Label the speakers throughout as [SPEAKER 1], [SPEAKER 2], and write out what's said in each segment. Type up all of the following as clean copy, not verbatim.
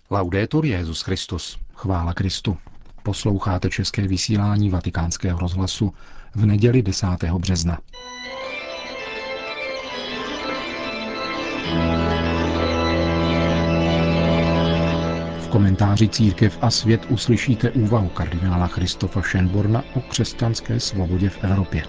[SPEAKER 1] Laudetur Jesus Christus. Chvála Kristu. Posloucháte české vysílání Vatikánského rozhlasu v neděli 10. března. V komentáři Církev a svět uslyšíte úvahu kardinála Christopha Schönborna o křesťanské svobodě v Evropě.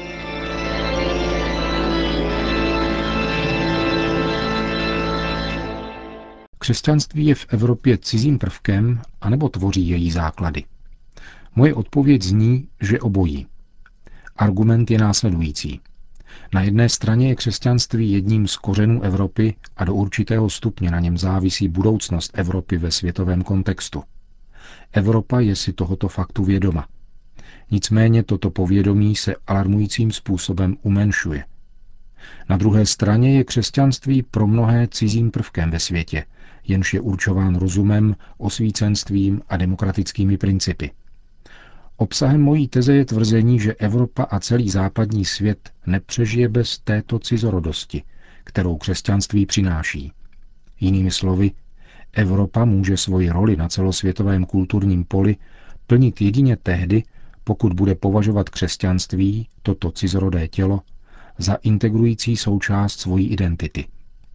[SPEAKER 1] Křesťanství je v Evropě cizím prvkem, anebo tvoří její základy? Moje odpověď zní, že obojí. Argument je následující. Na jedné straně je křesťanství jedním z kořenů Evropy a do určitého stupně na něm závisí budoucnost Evropy ve světovém kontextu. Evropa je si tohoto faktu vědoma. Nicméně toto povědomí se alarmujícím způsobem umenšuje. Na druhé straně je křesťanství pro mnohé cizím prvkem ve světě, jenž je určován rozumem, osvícenstvím a demokratickými principy. Obsahem mojí teze je tvrzení, že Evropa a celý západní svět nepřežije bez této cizorodosti, kterou křesťanství přináší. Jinými slovy, Evropa může svoji roli na celosvětovém kulturním poli plnit jedině tehdy, pokud bude považovat křesťanství, toto cizorodé tělo, za integrující součást svojí identity.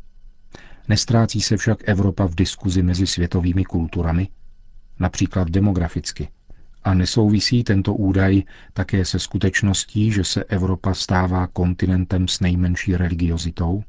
[SPEAKER 1] Nestrácí se však Evropa v diskuzi mezi světovými kulturami, například demograficky, a nesouvisí tento údaj také se skutečností, že se Evropa stává kontinentem s nejmenší religiozitou?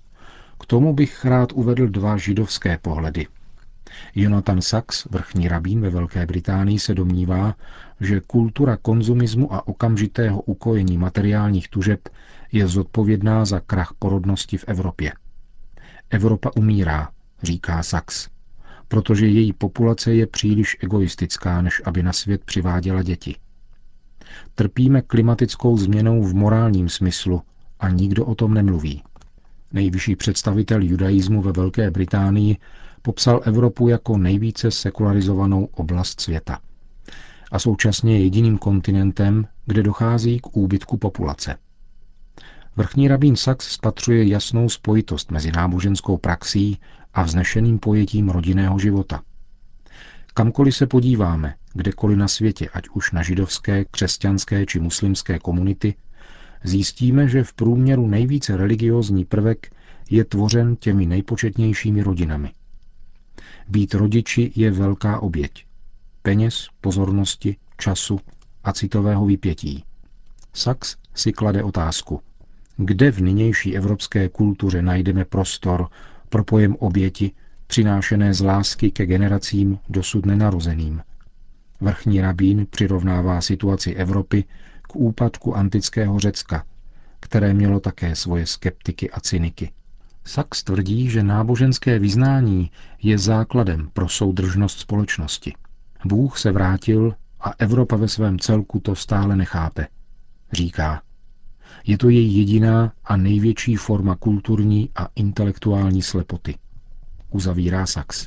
[SPEAKER 1] K tomu bych rád uvedl dva židovské pohledy. Jonathan Sacks, vrchní rabín ve Velké Británii, se domnívá, že kultura konzumismu a okamžitého ukojení materiálních tužeb je zodpovědná za krach porodnosti v Evropě. Evropa umírá, říká Sacks, protože její populace je příliš egoistická, než aby na svět přiváděla děti. Trpíme klimatickou změnou v morálním smyslu a nikdo o tom nemluví. Nejvyšší představitel judaismu ve Velké Británii popsal Evropu jako nejvíce sekularizovanou oblast světa. A současně je jediným kontinentem, kde dochází k úbytku populace. Vrchní rabín Sacks spatřuje jasnou spojitost mezi náboženskou praxí a vznešeným pojetím rodinného života. Kamkoliv se podíváme, kdekoliv na světě, ať už na židovské, křesťanské či muslimské komunity, zjistíme, že v průměru nejvíce religiózní prvek je tvořen těmi nejpočetnějšími rodinami. Být rodiči je velká oběť. Peněz, pozornosti, času a citového vypětí. Sacks si klade otázku. Kde v nynější evropské kultuře najdeme prostor pro pojem oběti, přinášené z lásky ke generacím dosud nenarozeným? Vrchní rabín přirovnává situaci Evropy k úpadku antického Řecka, které mělo také svoje skeptiky a cyniky. Sacks tvrdí, že náboženské vyznání je základem pro soudržnost společnosti. Bůh se vrátil a Evropa ve svém celku to stále nechápe. Říká, je to její jediná a největší forma kulturní a intelektuální slepoty. Uzavírá Sacks.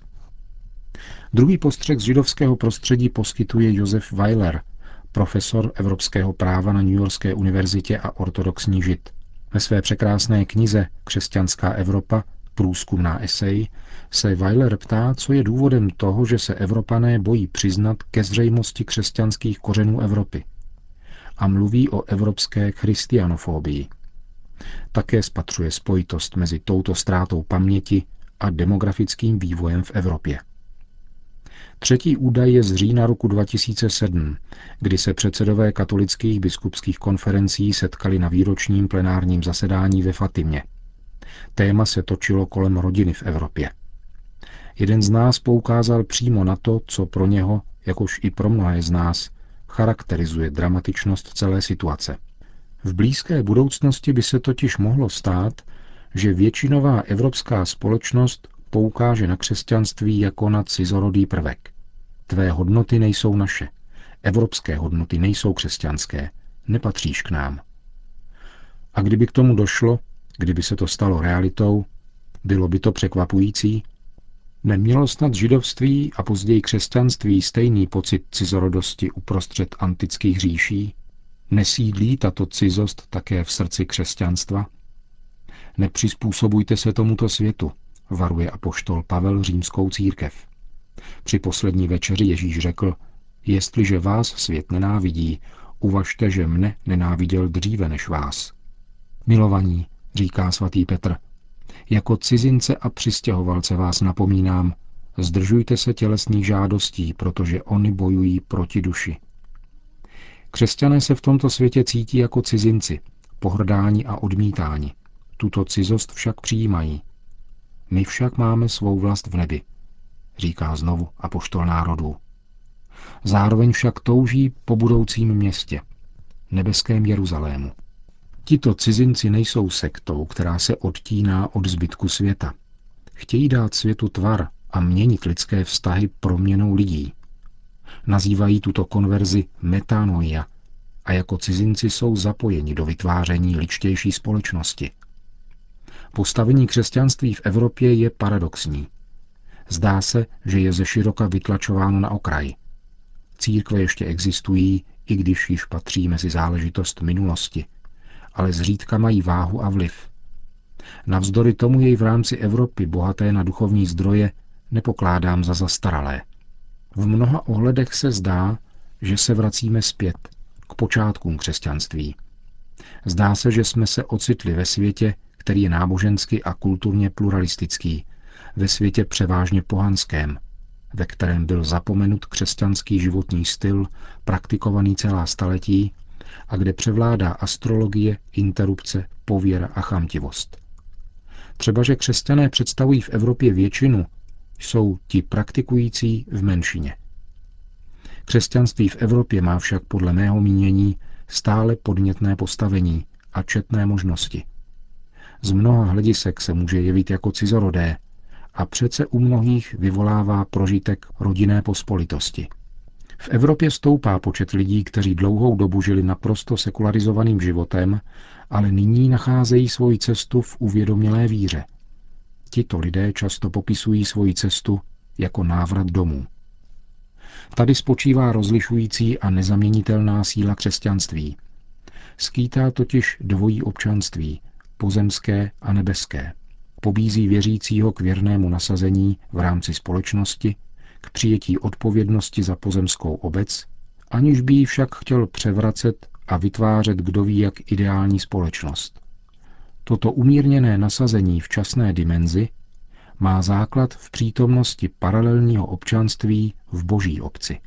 [SPEAKER 1] Druhý postřeh z židovského prostředí poskytuje Josef Weiler, profesor evropského práva na Newyorské univerzitě a ortodoxní žid. Ve své překrásné knize Křesťanská Evropa, průzkumná esej, se Weiler ptá, co je důvodem toho, že se Evropané bojí přiznat ke zřejmosti křesťanských kořenů Evropy. A mluví o evropské christianofobii. Také spatřuje spojitost mezi touto ztrátou paměti a demografickým vývojem v Evropě. Třetí údaj je z října roku 2007, kdy se předsedové katolických biskupských konferencí setkali na výročním plenárním zasedání ve Fatimě. Téma se točilo kolem rodiny v Evropě. Jeden z nás poukázal přímo na to, co pro něho, jakož i pro mnohé z nás, charakterizuje dramatičnost celé situace. V blízké budoucnosti by se totiž mohlo stát, že většinová evropská společnost poukáže na křesťanství jako na cizorodý prvek. Tvé hodnoty nejsou naše. Evropské hodnoty nejsou křesťanské. Nepatříš k nám. A kdyby k tomu došlo, kdyby se to stalo realitou, bylo by to překvapující? Nemělo snad židovství a později křesťanství stejný pocit cizorodosti uprostřed antických říší? Nesídlí tato cizost také v srdci křesťanstva? Nepřizpůsobujte se tomuto světu, varuje apoštol Pavel římskou církev. Při poslední večeři Ježíš řekl, jestliže vás svět nenávidí, uvažte, že mne nenáviděl dříve než vás. Milovaní, říká svatý Petr, jako cizince a přistěhovalce vás napomínám, zdržujte se tělesných žádostí, protože oni bojují proti duši. Křesťané se v tomto světě cítí jako cizinci, pohrdáni a odmítáni. Tuto cizost však přijímají. My však máme svou vlast v nebi, říká znovu apoštol národů. Zároveň však touží po budoucím městě, nebeském Jeruzalému. Tito cizinci nejsou sektou, která se odtíná od zbytku světa. Chtějí dát světu tvar a měnit lidské vztahy proměnou lidí. Nazývají tuto konverzi metanoia a jako cizinci jsou zapojeni do vytváření lidštější společnosti. Postavení křesťanství v Evropě je paradoxní. Zdá se, že je ze široka vytlačováno na okraj. Církve ještě existují, i když již patří mezi záležitost minulosti, ale zřídka mají váhu a vliv. Navzdory tomu jej v rámci Evropy bohaté na duchovní zdroje nepokládám za zastaralé. V mnoha ohledech se zdá, že se vracíme zpět k počátkům křesťanství. Zdá se, že jsme se ocitli ve světě, který je nábožensky a kulturně pluralistický, ve světě převážně pohanském, ve kterém byl zapomenut křesťanský životní styl, praktikovaný celá staletí, a kde převládá astrologie, interrupce, pověra a chamtivost. Třeba že křesťané představují v Evropě většinu, jsou ti praktikující v menšině. Křesťanství v Evropě má však podle mého mínění stále podnětné postavení a četné možnosti. Z mnoha hledisek se může jevit jako cizorodé a přece u mnohých vyvolává prožitek rodinné pospolitosti. V Evropě stoupá počet lidí, kteří dlouhou dobu žili naprosto sekularizovaným životem, ale nyní nacházejí svoji cestu v uvědomělé víře. Tito lidé často popisují svoji cestu jako návrat domů. Tady spočívá rozlišující a nezaměnitelná síla křesťanství. Skýtá totiž dvojí občanství, pozemské a nebeské. Pobízí věřícího k věrnému nasazení v rámci společnosti, k přijetí odpovědnosti za pozemskou obec, aniž by ji však chtěl převracet a vytvářet kdo ví jak ideální společnost. Toto umírněné nasazení v časné dimenzi má základ v přítomnosti paralelního občanství v boží obci.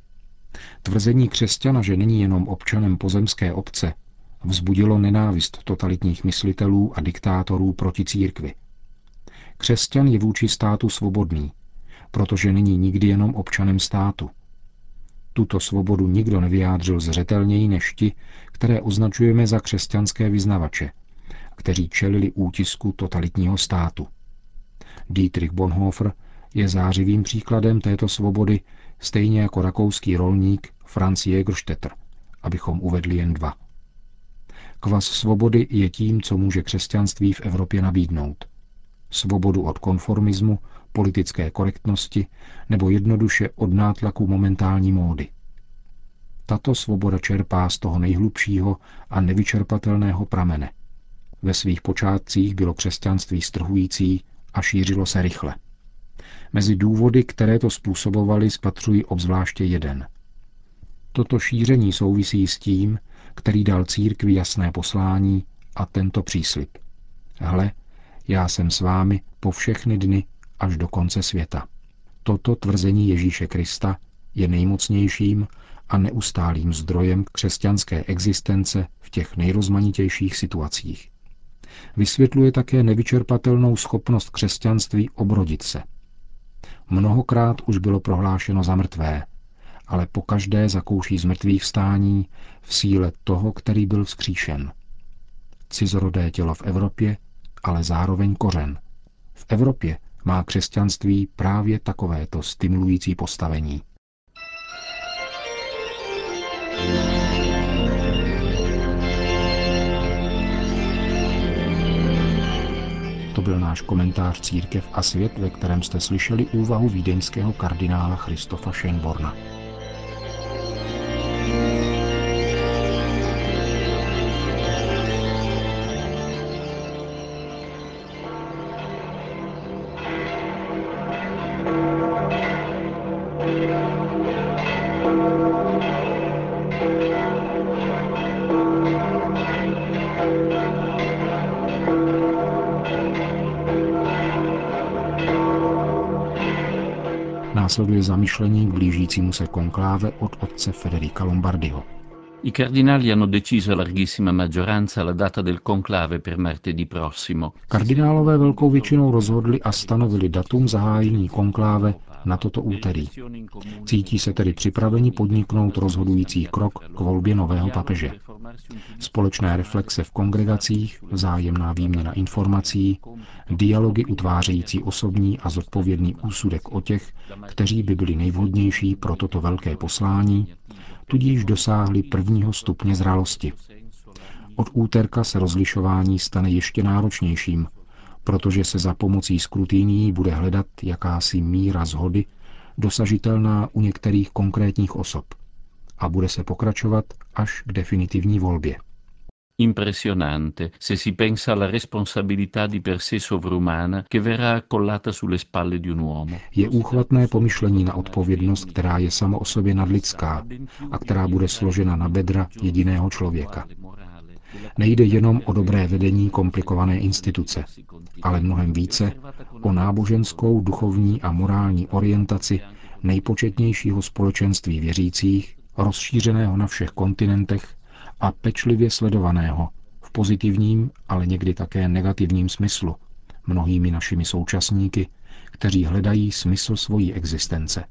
[SPEAKER 1] Tvrzení křesťana, že není jenom občanem pozemské obce, vzbudilo nenávist totalitních myslitelů a diktátorů proti církvi. Křesťan je vůči státu svobodný, protože není nikdy jenom občanem státu. Tuto svobodu nikdo nevyjádřil zřetelněji než ti, které označujeme za křesťanské vyznavače, kteří čelili útisku totalitního státu. Dietrich Bonhoeffer je zářivým příkladem této svobody, stejně jako rakouský rolník Franz Jägerstätter, abychom uvedli jen dva. Kvas svobody je tím, co může křesťanství v Evropě nabídnout. Svobodu od konformismu, politické korektnosti nebo jednoduše od nátlaku momentální módy. Tato svoboda čerpá z toho nejhlubšího a nevyčerpatelného pramene. Ve svých počátcích bylo křesťanství strhující a šířilo se rychle. Mezi důvody, které to způsobovaly, spatřuji obzvláště jeden. Toto šíření souvisí s tím, který dal církvi jasné poslání a tento příslib. Hle, já jsem s vámi po všechny dny až do konce světa. Toto tvrzení Ježíše Krista je nejmocnějším a neustálým zdrojem křesťanské existence v těch nejrozmanitějších situacích. Vysvětluje také nevyčerpatelnou schopnost křesťanství obrodit se. Mnohokrát už bylo prohlášeno za mrtvé, ale pokaždé zakouší zmrtvých vstání v síle toho, který byl vzkříšen. Cizorodé tělo v Evropě, ale zároveň kořen. V Evropě má křesťanství právě takovéto stimulující postavení. To byl náš komentář Církev a svět, ve kterém jste slyšeli úvahu vídeňského kardinála Christofa Schönborna. Následuje zamyšlení k blížícímu se konkláve od otce Federica Lombardiho.
[SPEAKER 2] I cardinali hanno deciso a larghissima maggioranza la data del conclave per martedì prossimo.
[SPEAKER 1] Kardinálové velkou většinou rozhodli a stanovili datum zahájení konkláve na toto úterý. Cítí se tedy připraveni podniknout rozhodující krok k volbě nového papeže. Společné reflexe v kongregacích, vzájemná výměna informací, dialogy utvářející osobní a zodpovědný úsudek o těch, kteří by byli nejvhodnější pro toto velké poslání, tudíž dosáhli prvního stupně zralosti. Od úterka se rozlišování stane ještě náročnějším, protože se za pomocí skrutinií bude hledat jakási míra shody, dosažitelná u některých konkrétních osob. A bude se pokračovat až k definitivní volbě.
[SPEAKER 2] Impressionante se si pensa alla responsabilità di per sé sovrumana che verrà accollata sulle spalle di un uomo.
[SPEAKER 1] Je úchvatné pomyšlení na odpovědnost, která je sama o sobě nadlidská a která bude složena na bedra jediného člověka. Nejde jenom o dobré vedení komplikované instituce, ale mnohem více o náboženskou, duchovní a morální orientaci nejpočetnějšího společenství věřících, rozšířeného na všech kontinentech a pečlivě sledovaného v pozitivním, ale někdy také negativním smyslu mnohými našimi současníky, kteří hledají smysl svojí existence.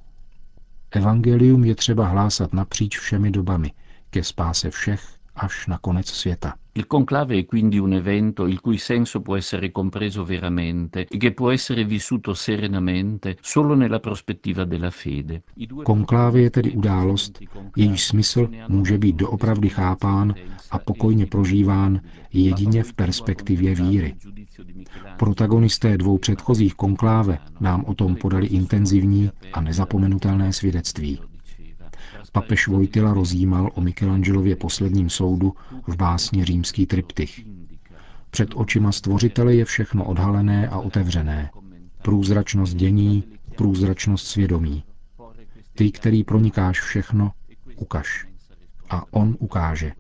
[SPEAKER 1] Evangelium je třeba hlásat napříč všemi dobami, ke spáse všech až na konec světa.
[SPEAKER 2] Il conclave è quindi un evento il cui senso può essere compreso veramente e che può essere vissuto serenamente solo nella prospettiva della fede.
[SPEAKER 1] Konkláve je tedy událost, jejíž smysl může být doopravdy chápán a pokojně prožíván jedině v perspektivě víry. Protagonisté dvou předchozích konkláve nám o tom podali intenzivní a nezapomenutelné svědectví. Papež Wojtyla rozjímal o Michelangelově posledním soudu v básni Římský triptych. Před očima stvořitele je všechno odhalené a otevřené. Průzračnost dění, průzračnost svědomí. Ty, který pronikáš všechno, ukaž. A on ukáže.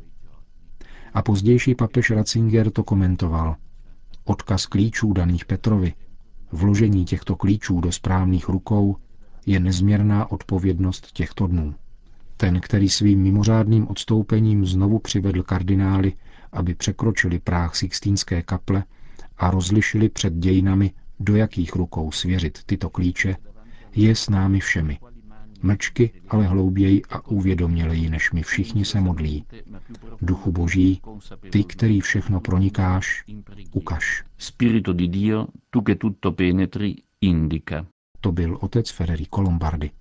[SPEAKER 1] A pozdější papež Ratzinger to komentoval. Odkaz klíčů daných Petrovi, vložení těchto klíčů do správných rukou, je nezměrná odpovědnost těchto dnů. Ten, který svým mimořádným odstoupením znovu přivedl kardinály, aby překročili práh Sixtínské kaple a rozlišili před dějinami, do jakých rukou svěřit tyto klíče, je s námi všemi. Mlčky, ale hlouběji a uvědoměleji než my všichni se modlí. Duchu Boží, ty, který všechno pronikáš, ukaž.
[SPEAKER 2] Spirito di Dio, tu che tutto penetri, indica.
[SPEAKER 1] To byl otec Federico Lombardi.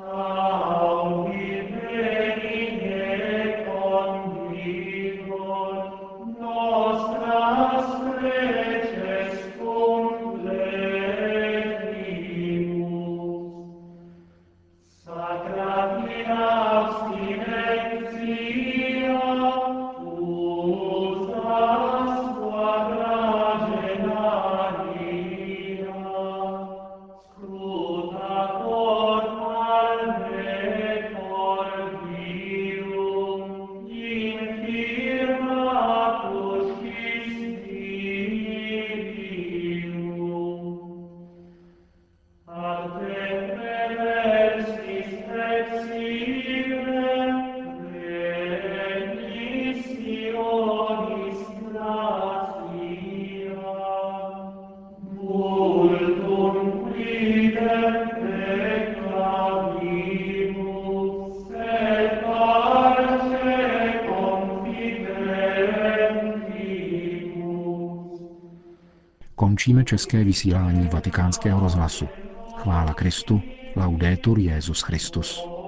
[SPEAKER 1] Končíme české vysílání Vatikánského rozhlasu. Chvála Kristu, laudetur Jesus Christus.